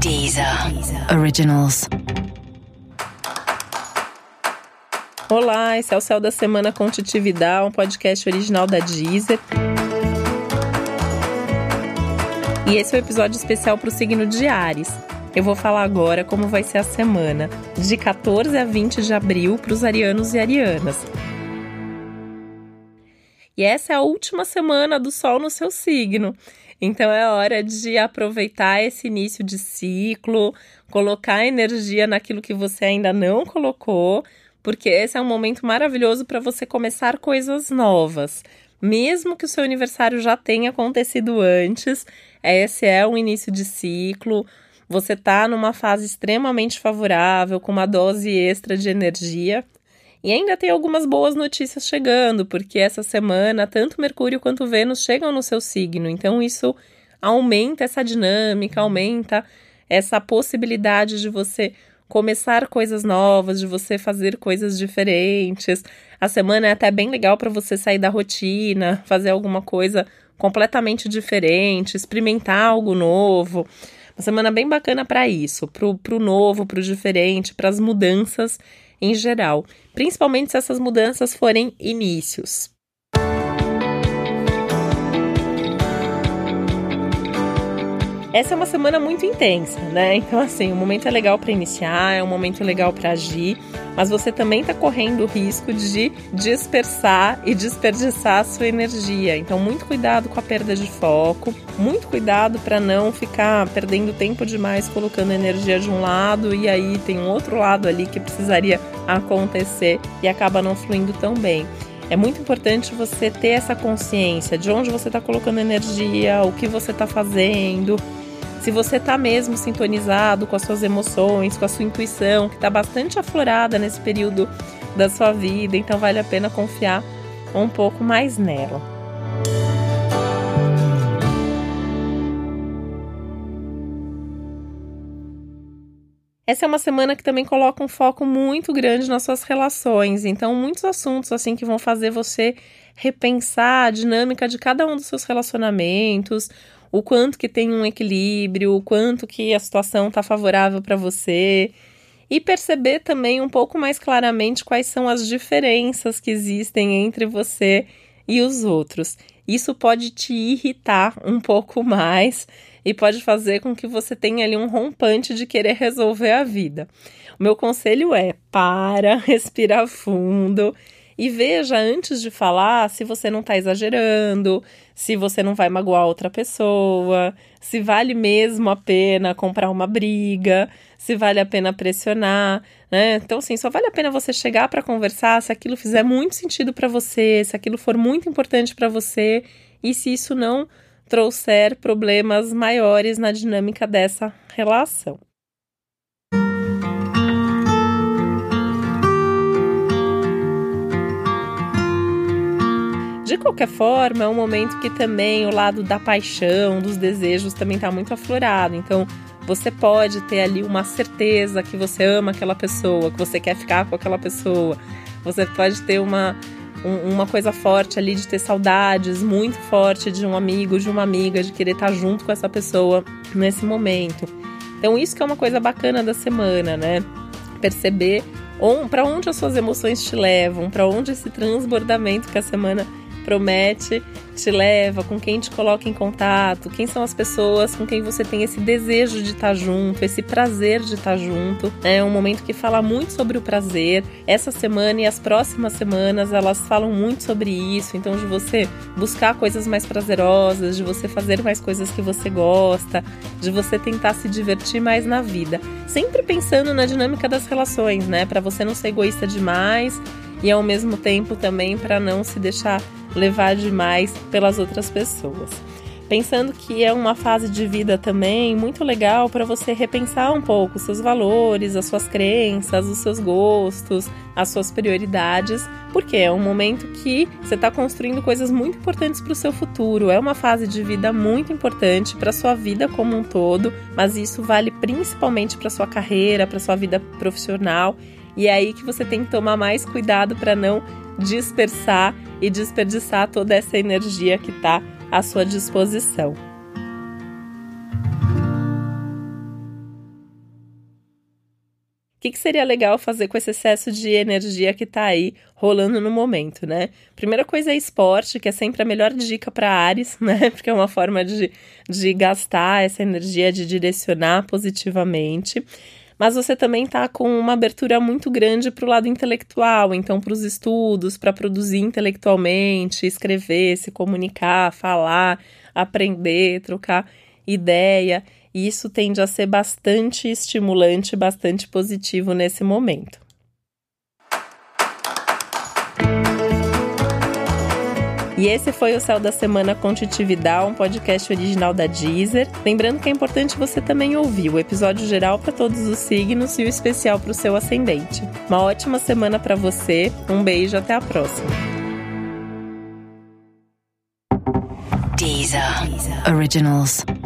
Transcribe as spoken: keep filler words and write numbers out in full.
Deezer Originals. Olá, esse é o Céu da Semana com Titi Vidal, um podcast original da Deezer. E esse é o um episódio especial para o signo de Áries. Eu vou falar agora como vai ser a semana, de quatorze a vinte de abril, para os arianos e arianas. E essa é a última semana do Sol no seu signo. Então é hora de aproveitar esse início de ciclo, colocar energia naquilo que você ainda não colocou, porque esse é um momento maravilhoso para você começar coisas novas. Mesmo que o seu aniversário já tenha acontecido antes, esse é um início de ciclo, você está numa fase extremamente favorável, com uma dose extra de energia. E ainda tem algumas boas notícias chegando, porque essa semana tanto Mercúrio quanto Vênus chegam no seu signo. Então isso aumenta essa dinâmica, aumenta essa possibilidade de você começar coisas novas, de você fazer coisas diferentes. A semana é até bem legal para você sair da rotina, fazer alguma coisa completamente diferente, experimentar algo novo. Uma semana bem bacana para isso, para o novo, para o diferente, para as mudanças em geral, principalmente se essas mudanças forem inícios. Essa é uma semana muito intensa, né? Então, assim, o momento é legal para iniciar, é um momento legal para agir, mas você também está correndo o risco de dispersar e desperdiçar a sua energia. Então, muito cuidado com a perda de foco, muito cuidado para não ficar perdendo tempo demais colocando energia de um lado e aí tem um outro lado ali que precisaria acontecer e acaba não fluindo tão bem. É muito importante você ter essa consciência de onde você está colocando energia, o que você está fazendo. Se você está mesmo sintonizado com as suas emoções, com a sua intuição, que está bastante aflorada nesse período da sua vida, então vale a pena confiar um pouco mais nela. Essa é uma semana que também coloca um foco muito grande nas suas relações, então muitos assuntos assim que vão fazer você repensar a dinâmica de cada um dos seus relacionamentos, o quanto que tem um equilíbrio, o quanto que a situação está favorável para você e perceber também um pouco mais claramente quais são as diferenças que existem entre você e os outros. Isso pode te irritar um pouco mais e pode fazer com que você tenha ali um rompante de querer resolver a vida. O meu conselho é: para, respira fundo e veja antes de falar se você não está exagerando, se você não vai magoar outra pessoa, se vale mesmo a pena comprar uma briga, se vale a pena pressionar, né? Então, assim, só vale a pena você chegar para conversar se aquilo fizer muito sentido para você, se aquilo for muito importante para você e se isso não trouxer problemas maiores na dinâmica dessa relação. De qualquer forma, é um momento que também o lado da paixão, dos desejos também está muito aflorado. Então, você pode ter ali uma certeza que você ama aquela pessoa, que você quer ficar com aquela pessoa. Você pode ter uma, um, uma coisa forte ali de ter saudades, muito forte de um amigo, de uma amiga, de querer estar junto com essa pessoa nesse momento. Então, isso que é uma coisa bacana da semana, né? Perceber para onde as suas emoções te levam, para onde esse transbordamento que a semana promete te leva, com quem te coloca em contato, quem são as pessoas com quem você tem esse desejo de estar junto, esse prazer de estar junto. É um momento que fala muito sobre o prazer. Essa semana e as próximas semanas elas falam muito sobre isso, então de você buscar coisas mais prazerosas, de você fazer mais coisas que você gosta, de você tentar se divertir mais na vida, sempre pensando na dinâmica das relações, né, para você não ser egoísta demais e ao mesmo tempo também para não se deixar levar demais pelas outras pessoas. Pensando que é uma fase de vida também muito legal para você repensar um pouco os seus valores, as suas crenças, os seus gostos, as suas prioridades, porque é um momento que você está construindo coisas muito importantes para o seu futuro. É uma fase de vida muito importante para a sua vida como um todo, mas isso vale principalmente para a sua carreira, para a sua vida profissional. E é aí que você tem que tomar mais cuidado para não dispersar e desperdiçar toda essa energia que está à sua disposição. que, que seria legal fazer com esse excesso de energia que tá aí rolando no momento, né? Primeira coisa é esporte, que é sempre a melhor dica para Áries, né? Porque é uma forma de, de gastar essa energia, de direcionar positivamente. Mas você também tá com uma abertura muito grande para o lado intelectual, então para os estudos, para produzir intelectualmente, escrever, se comunicar, falar, aprender, trocar ideia. E isso tende a ser bastante estimulante, bastante positivo nesse momento. E esse foi o Céu da Semana com Titi Vidal, um podcast original da Deezer. Lembrando que é importante você também ouvir o episódio geral para todos os signos e o especial para o seu ascendente. Uma ótima semana para você, um beijo, até a próxima. Deezer. Deezer. Originals.